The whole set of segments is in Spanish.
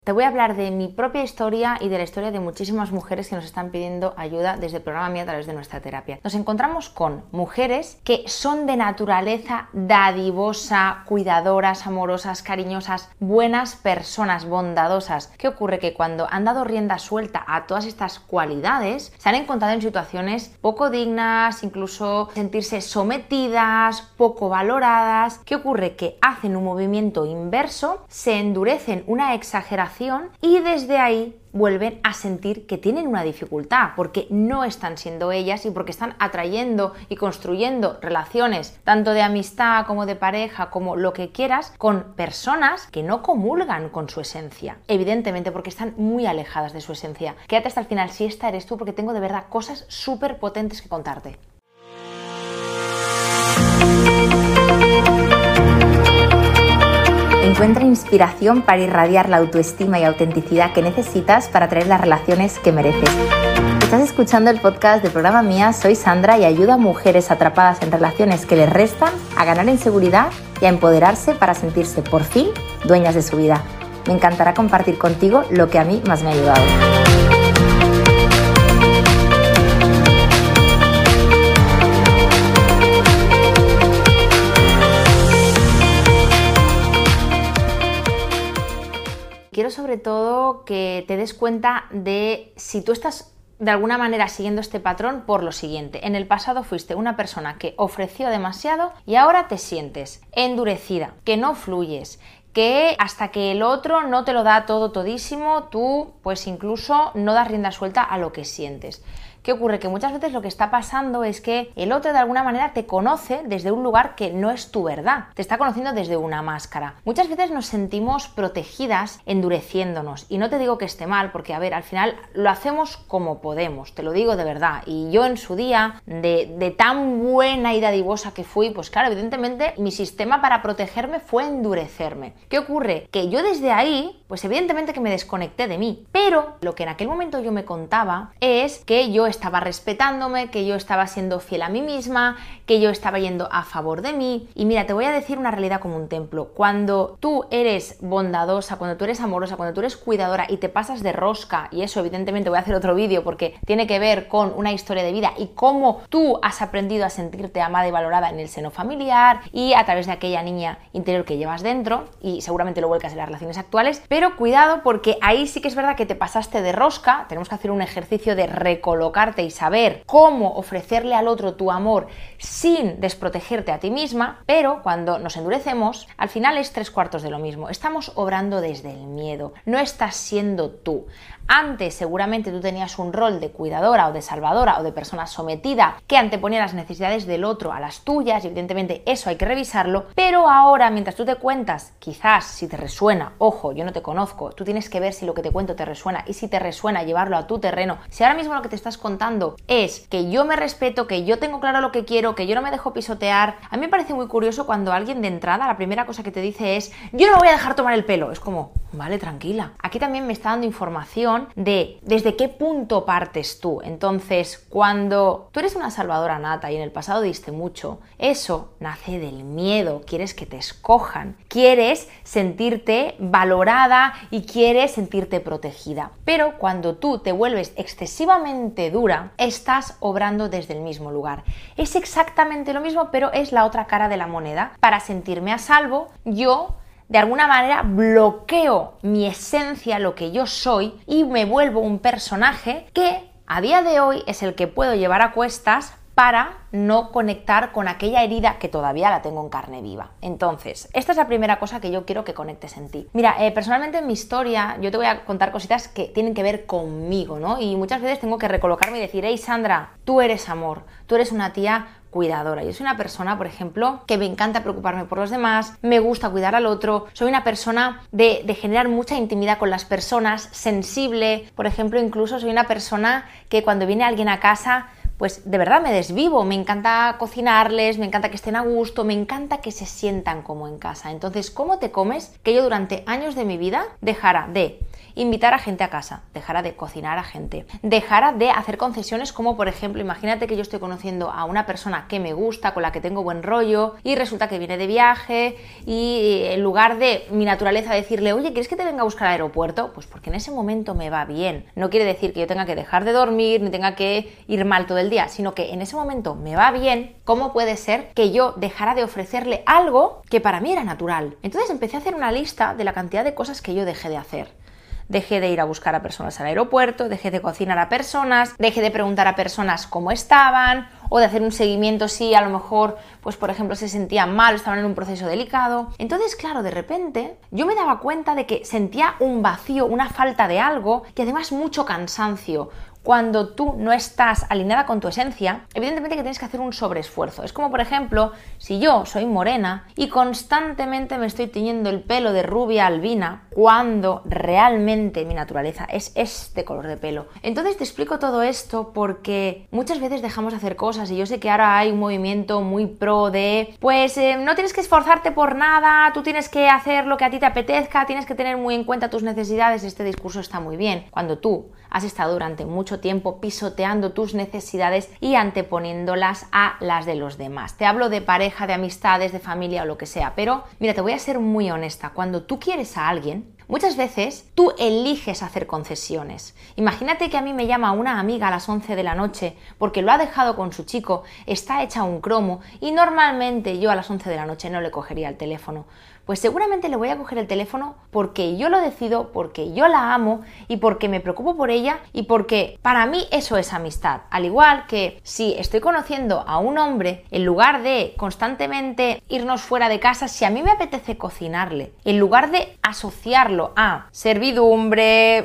Te voy a hablar de mi propia historia y de la historia de muchísimas mujeres que nos están pidiendo ayuda desde el programa mío a través de nuestra terapia. Nos encontramos con mujeres que son de naturaleza dadivosa, cuidadoras, amorosas, cariñosas, buenas personas, bondadosas. ¿Qué ocurre? Que cuando han dado rienda suelta a todas estas cualidades, se han encontrado en situaciones poco dignas, incluso sentirse sometidas, poco valoradas. ¿Qué ocurre? Que hacen un movimiento inverso, se endurecen una exageración y desde ahí vuelven a sentir que tienen una dificultad porque no están siendo ellas y porque están atrayendo y construyendo relaciones tanto de amistad como de pareja como lo que quieras con personas que no comulgan con su esencia, evidentemente porque están muy alejadas de su esencia. Quédate hasta el final si esta eres tú, porque tengo de verdad cosas súper potentes que contarte. Encuentra inspiración para irradiar la autoestima y autenticidad que necesitas para atraer las relaciones que mereces. Estás escuchando el podcast del programa Mía, soy Sandra y ayudo a mujeres atrapadas en relaciones que les restan a ganar en seguridad y a empoderarse para sentirse por fin dueñas de su vida. Me encantará compartir contigo lo que a mí más me ha ayudado. Quiero sobre todo que te des cuenta de si tú estás de alguna manera siguiendo este patrón por lo siguiente. En el pasado fuiste una persona que ofreció demasiado y ahora te sientes endurecida, que no fluyes, que hasta que el otro no te lo da todo todísimo, tú pues incluso no das rienda suelta a lo que sientes. ¿Qué ocurre? Que muchas veces lo que está pasando es que el otro de alguna manera te conoce desde un lugar que no es tu verdad, te está conociendo desde una máscara. Muchas veces nos sentimos protegidas endureciéndonos y no te digo que esté mal porque, a ver, al final lo hacemos como podemos, te lo digo de verdad. Y yo en su día, de tan buena y dadivosa que fui, pues claro, evidentemente mi sistema para protegerme fue endurecerme. ¿Qué ocurre? Que yo desde ahí, pues evidentemente que me desconecté de mí, pero lo que en aquel momento yo me contaba es que yo estaba respetándome, que yo estaba siendo fiel a mí misma, que yo estaba yendo a favor de mí. Y mira, te voy a decir una realidad como un templo. Cuando tú eres bondadosa, cuando tú eres amorosa, cuando tú eres cuidadora y te pasas de rosca, y eso evidentemente voy a hacer otro vídeo porque tiene que ver con una historia de vida y cómo tú has aprendido a sentirte amada y valorada en el seno familiar y a través de aquella niña interior que llevas dentro, y seguramente lo vuelcas en las relaciones actuales, pero cuidado porque ahí sí que es verdad que te pasaste de rosca. Tenemos que hacer un ejercicio de recolocar y saber cómo ofrecerle al otro tu amor sin desprotegerte a ti misma, pero cuando nos endurecemos, al final es 3/4 de lo mismo. Estamos obrando desde el miedo, no estás siendo tú. Antes seguramente tú tenías un rol de cuidadora o de salvadora o de persona sometida que anteponía las necesidades del otro a las tuyas, y evidentemente eso hay que revisarlo, pero ahora mientras tú te cuentas, quizás si te resuena, ojo, yo no te conozco, tú tienes que ver si lo que te cuento te resuena y si te resuena llevarlo a tu terreno. Si ahora mismo lo que te estás contando es que yo me respeto, que yo tengo claro lo que quiero, que yo no me dejo pisotear, a mí me parece muy curioso cuando alguien de entrada la primera cosa que te dice es yo no me voy a dejar tomar el pelo. Es como, vale, tranquila. Aquí también me está dando información de desde qué punto partes tú. Entonces, cuando tú eres una salvadora nata y en el pasado diste mucho, eso nace del miedo. Quieres que te escojan, quieres sentirte valorada y quieres sentirte protegida. Pero cuando tú te vuelves excesivamente dura, estás obrando desde el mismo lugar. Es exactamente lo mismo, pero es la otra cara de la moneda. Para sentirme a salvo, yo de alguna manera bloqueo mi esencia, lo que yo soy, y me vuelvo un personaje que a día de hoy es el que puedo llevar a cuestas para no conectar con aquella herida que todavía la tengo en carne viva. Entonces, esta es la primera cosa que yo quiero que conectes en ti. Mira, personalmente en mi historia yo te voy a contar cositas que tienen que ver conmigo, ¿no? Y muchas veces tengo que recolocarme y decir, hey Sandra, tú eres amor, tú eres una tía cuidadora. Yo soy una persona, por ejemplo, que me encanta preocuparme por los demás, me gusta cuidar al otro, soy una persona de generar mucha intimidad con las personas, sensible. Por ejemplo, incluso soy una persona que cuando viene alguien a casa, pues de verdad me desvivo, me encanta cocinarles, me encanta que estén a gusto, me encanta que se sientan como en casa. Entonces, ¿cómo te comes que yo durante años de mi vida dejara de invitar a gente a casa, dejara de cocinar a gente, dejara de hacer concesiones como por ejemplo, imagínate que yo estoy conociendo a una persona que me gusta, con la que tengo buen rollo y resulta que viene de viaje y en lugar de mi naturaleza decirle, oye, ¿quieres que te venga a buscar al aeropuerto? Pues porque en ese momento me va bien. No quiere decir que yo tenga que dejar de dormir ni tenga que ir mal todo el día, sino que en ese momento me va bien. ¿Cómo puede ser que yo dejara de ofrecerle algo que para mí era natural? Entonces empecé a hacer una lista de la cantidad de cosas que yo dejé de hacer. Dejé de ir a buscar a personas al aeropuerto, dejé de cocinar a personas, dejé de preguntar a personas cómo estaban o de hacer un seguimiento si a lo mejor, pues por ejemplo, se sentían mal o estaban en un proceso delicado. Entonces, claro, de repente yo me daba cuenta de que sentía un vacío, una falta de algo y además mucho cansancio. Cuando tú no estás alineada con tu esencia, evidentemente que tienes que hacer un sobreesfuerzo. Es como, por ejemplo, si yo soy morena y constantemente me estoy tiñendo el pelo de rubia albina, cuando realmente mi naturaleza es este color de pelo. Entonces te explico todo esto porque muchas veces dejamos de hacer cosas y yo sé que ahora hay un movimiento muy pro de, pues no tienes que esforzarte por nada, tú tienes que hacer lo que a ti te apetezca, tienes que tener muy en cuenta tus necesidades. Este discurso está muy bien. Cuando tú has estado durante mucho tiempo pisoteando tus necesidades y anteponiéndolas a las de los demás. Te hablo de pareja, de amistades, de familia o lo que sea, pero mira, te voy a ser muy honesta. Cuando tú quieres a alguien, muchas veces tú eliges hacer concesiones. Imagínate que a mí me llama una amiga a las 11 de la noche porque lo ha dejado con su chico, está hecha un cromo y normalmente yo a las 11 de la noche no le cogería el teléfono. Pues seguramente le voy a coger el teléfono porque yo lo decido, porque yo la amo y porque me preocupo por ella y porque para mí eso es amistad. Al igual que si estoy conociendo a un hombre, en lugar de constantemente irnos fuera de casa, si a mí me apetece cocinarle, en lugar de asociarlo a servidumbre,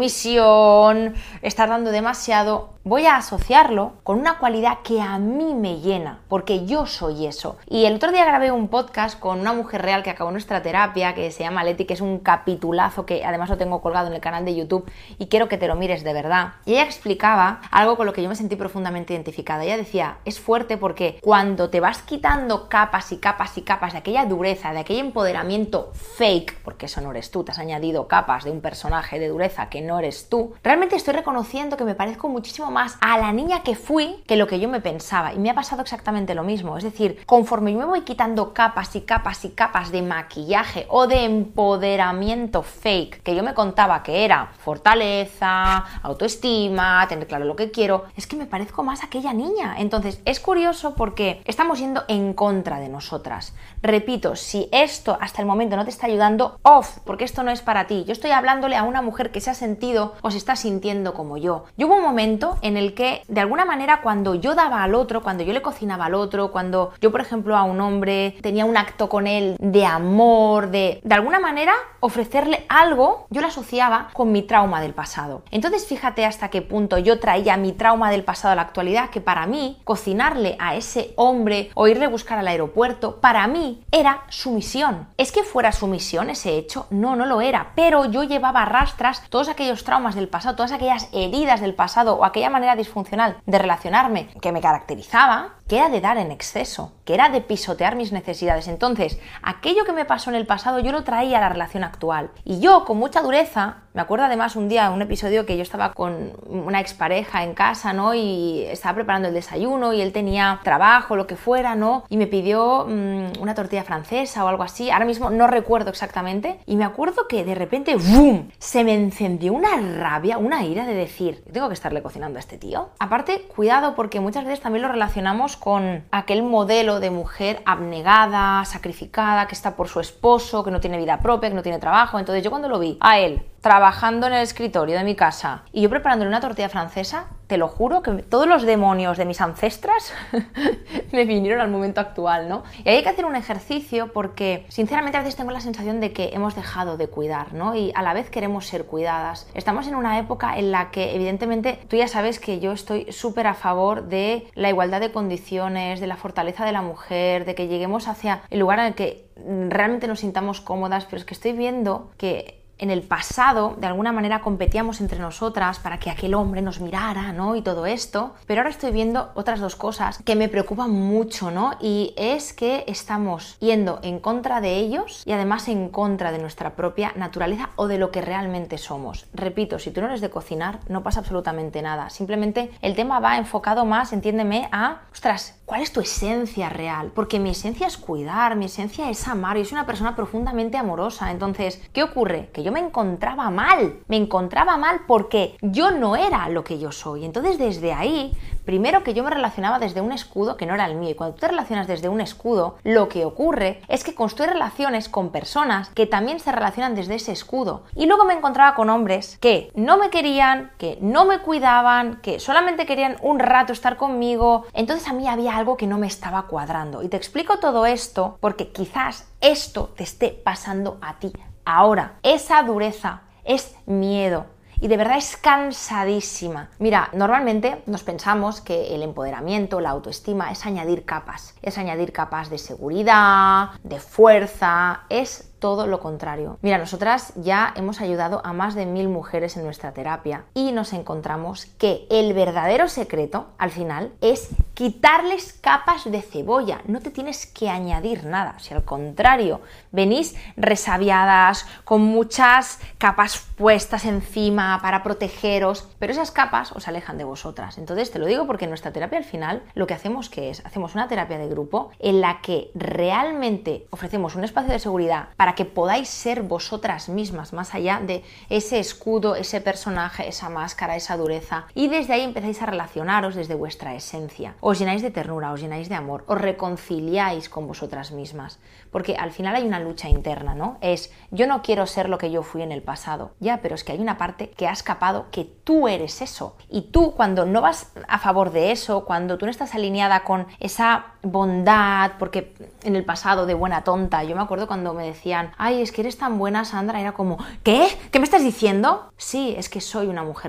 sumisión, estar dando demasiado, voy a asociarlo con una cualidad que a mí me llena, porque yo soy eso. Y el otro día grabé un podcast con una mujer real que acabó nuestra terapia, que se llama Leti, que es un capitulazo que además lo tengo colgado en el canal de YouTube y quiero que te lo mires de verdad. Y ella explicaba algo con lo que yo me sentí profundamente identificada. Ella decía, es fuerte porque cuando te vas quitando capas y capas y capas de aquella dureza, de aquel empoderamiento fake, porque eso no eres tú, te has añadido capas de un personaje de dureza que no eres tú, realmente estoy reconociendo que me parezco muchísimo más a la niña que fui que lo que yo me pensaba. Y me ha pasado exactamente lo mismo. Es decir, conforme yo me voy quitando capas y capas y capas de maquillaje o de empoderamiento fake que yo me contaba que era fortaleza, autoestima, tener claro lo que quiero, es que me parezco más a aquella niña. Entonces es curioso porque estamos yendo en contra de nosotras. Repito, si esto hasta el momento no te está ayudando, off, porque esto no es para ti. Yo estoy hablándole a una mujer que se ha sentido o se está sintiendo como yo. Yo hubo un momento en el que de alguna manera cuando yo daba al otro, cuando yo le cocinaba al otro, cuando yo por ejemplo a un hombre tenía un acto con él de amor, de alguna manera ofrecerle algo, yo lo asociaba con mi trauma del pasado. Entonces fíjate hasta qué punto yo traía mi trauma del pasado a la actualidad, que para mí cocinarle a ese hombre o irle a buscar al aeropuerto, para mí era sumisión. ¿Es que fuera sumisión ese hecho? No, no lo era, pero yo llevaba a rastras todos aquellos traumas del pasado, todas aquellas heridas del pasado o aquella manera disfuncional de relacionarme que me caracterizaba, que era de dar en exceso, que era de pisotear mis necesidades. Entonces, aquello que me pasó en el pasado yo lo traía a la relación actual. Y yo, con mucha dureza, me acuerdo además un día, un episodio que yo estaba con una expareja en casa, ¿no? Y estaba preparando el desayuno y él tenía trabajo, lo que fuera, ¿no? Y me pidió una tortilla francesa o algo así. Ahora mismo no recuerdo exactamente. Y me acuerdo que de repente, ¡bum!, se me encendió una rabia, una ira de decir, tengo que estarle cocinando a este tío. Aparte, cuidado, porque muchas veces también lo relacionamos con aquel modelo de mujer abnegada, sacrificada, que está por su esposo, que no tiene vida propia, que no tiene trabajo. Entonces yo cuando lo vi a él trabajando en el escritorio de mi casa y yo preparándole una tortilla francesa, te lo juro que todos los demonios de mis ancestras me vinieron al momento actual, ¿no? Y hay que hacer un ejercicio porque sinceramente a veces tengo la sensación de que hemos dejado de cuidar, ¿no? Y a la vez queremos ser cuidadas. Estamos en una época en la que evidentemente tú ya sabes que yo estoy súper a favor de la igualdad de condiciones, de la fortaleza de la mujer, de que lleguemos hacia el lugar en el que realmente nos sintamos cómodas, pero es que estoy viendo que en el pasado de alguna manera competíamos entre nosotras para que aquel hombre nos mirara, ¿no? Y todo esto, pero ahora estoy viendo otras dos cosas que me preocupan mucho, ¿no? Y es que estamos yendo en contra de ellos y además en contra de nuestra propia naturaleza o de lo que realmente somos. Repito, si tú no eres de cocinar, no pasa absolutamente nada. Simplemente el tema va enfocado más, entiéndeme, a, ostras, ¿cuál es tu esencia real? Porque mi esencia es cuidar, mi esencia es amar, yo soy una persona profundamente amorosa. Entonces, ¿qué ocurre? Que yo me encontraba mal porque yo no era lo que yo soy. Entonces, desde ahí, primero que yo me relacionaba desde un escudo que no era el mío. Y cuando tú te relacionas desde un escudo, lo que ocurre es que construyes relaciones con personas que también se relacionan desde ese escudo. Y luego me encontraba con hombres que no me querían, que no me cuidaban, que solamente querían un rato estar conmigo. Entonces a mí había algo que no me estaba cuadrando. Y te explico todo esto porque quizás esto te esté pasando a ti ahora. Esa dureza es miedo. Y de verdad es cansadísima. Mira, normalmente nos pensamos que el empoderamiento, la autoestima es añadir capas de seguridad, de fuerza, es todo lo contrario. Mira, nosotras ya hemos ayudado a más de 1000 mujeres en nuestra terapia y nos encontramos que el verdadero secreto, al final, es quitarles capas de cebolla. No te tienes que añadir nada, si al contrario, venís resabiadas, con muchas capas puestas encima para protegeros, pero esas capas os alejan de vosotras. Entonces te lo digo porque en nuestra terapia al final lo que hacemos que es, hacemos una terapia de grupo en la que realmente ofrecemos un espacio de seguridad para que podáis ser vosotras mismas, más allá de ese escudo, ese personaje, esa máscara, esa dureza, y desde ahí empezáis a relacionaros desde vuestra esencia. Os llenáis de ternura, os llenáis de amor, os reconciliáis con vosotras mismas, porque al final hay una lucha interna, ¿no? Es, yo no quiero ser lo que yo fui en el pasado, ya, pero es que hay una parte que ha escapado, que tú eres eso, y tú cuando no vas a favor de eso, cuando tú no estás alineada con esa bondad, porque en el pasado de buena tonta, yo me acuerdo cuando me decían, ay, es que eres tan buena, Sandra, era como, ¿qué? ¿Qué me estás diciendo? Sí, es que soy una mujer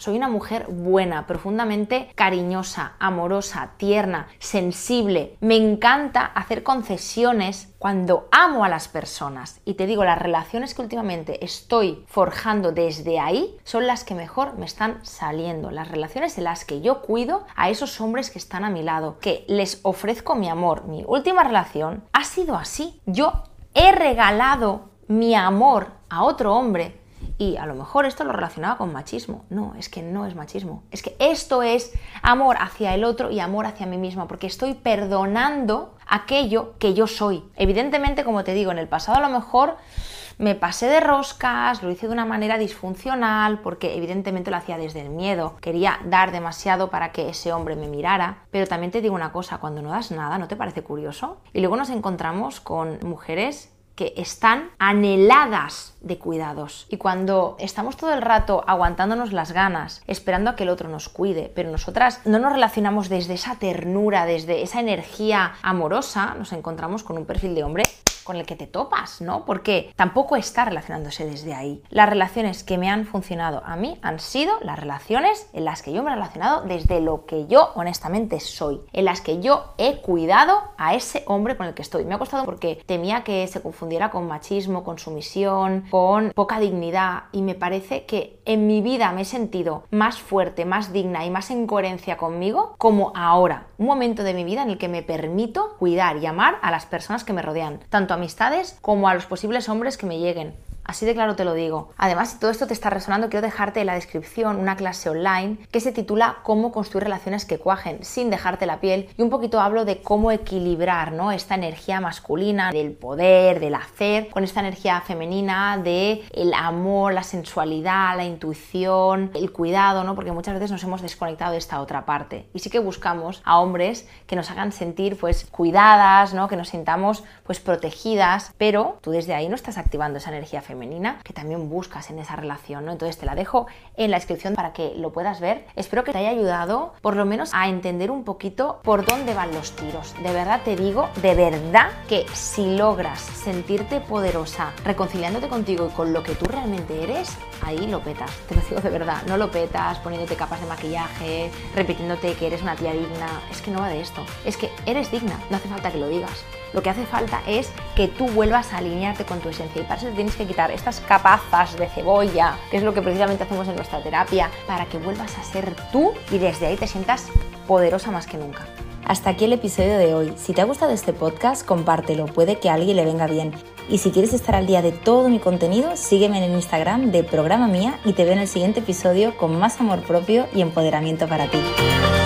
buena, profundamente cariñosa, amorosa, tierna, sensible. Me encanta hacer concesiones cuando amo a las personas. Y te digo, las relaciones que últimamente estoy forjando desde ahí son las que mejor me están saliendo. Las relaciones en las que yo cuido a esos hombres que están a mi lado, que les ofrezco mi amor. Mi última relación ha sido así. Yo he regalado mi amor a otro hombre y a lo mejor esto lo relacionaba con machismo. No, es que no es machismo. Es que esto es amor hacia el otro y amor hacia mí misma, porque estoy perdonando aquello que yo soy. Evidentemente, como te digo, en el pasado a lo mejor me pasé de roscas, lo hice de una manera disfuncional, porque evidentemente lo hacía desde el miedo. Quería dar demasiado para que ese hombre me mirara. Pero también te digo una cosa, cuando no das nada, ¿no te parece curioso? Y luego nos encontramos con mujeres que están anheladas de cuidados. Y cuando estamos todo el rato aguantándonos las ganas, esperando a que el otro nos cuide, pero nosotras no nos relacionamos desde esa ternura, desde esa energía amorosa, nos encontramos con un perfil de hombre con el que te topas, ¿no? Porque tampoco está relacionándose desde ahí. Las relaciones que me han funcionado a mí han sido las relaciones en las que yo me he relacionado desde lo que yo honestamente soy, en las que yo he cuidado a ese hombre con el que estoy. Me ha costado porque temía que se confundiera con machismo, con sumisión, con poca dignidad, y me parece que en mi vida me he sentido más fuerte, más digna y más en coherencia conmigo como ahora. Un momento de mi vida en el que me permito cuidar y amar a las personas que me rodean, tanto amistades como a los posibles hombres que me lleguen. Así de claro te lo digo. Además, si todo esto te está resonando, quiero dejarte en la descripción una clase online que se titula Cómo construir relaciones que cuajen sin dejarte la piel, y un poquito hablo de cómo equilibrar, ¿no?, esta energía masculina del poder, del hacer, con esta energía femenina del amor, la sensualidad, la intuición, el cuidado, ¿no?, porque muchas veces nos hemos desconectado de esta otra parte. Y sí que buscamos a hombres que nos hagan sentir pues cuidadas, ¿no?, que nos sintamos pues protegidas, pero tú desde ahí no estás activando esa energía femenina que también buscas en esa relación, ¿no? Entonces te la dejo en la descripción para que lo puedas ver. Espero que te haya ayudado por lo menos a entender un poquito por dónde van los tiros. De verdad te digo, de verdad, que si logras sentirte poderosa, reconciliándote contigo y con lo que tú realmente eres, ahí lo petas. Te lo digo de verdad, no lo petas poniéndote capas de maquillaje, repitiéndote que eres una tía digna. Es que no va de esto. Es que eres digna, no hace falta que lo digas. Lo que hace falta es que tú vuelvas a alinearte con tu esencia y para eso tienes que quitar estas capazas de cebolla, que es lo que precisamente hacemos en nuestra terapia, para que vuelvas a ser tú y desde ahí te sientas poderosa más que nunca. Hasta aquí el episodio de hoy. Si te ha gustado este podcast, compártelo, puede que a alguien le venga bien. Y si quieres estar al día de todo mi contenido, sígueme en el Instagram de Programa Mía y te veo en el siguiente episodio con más amor propio y empoderamiento para ti.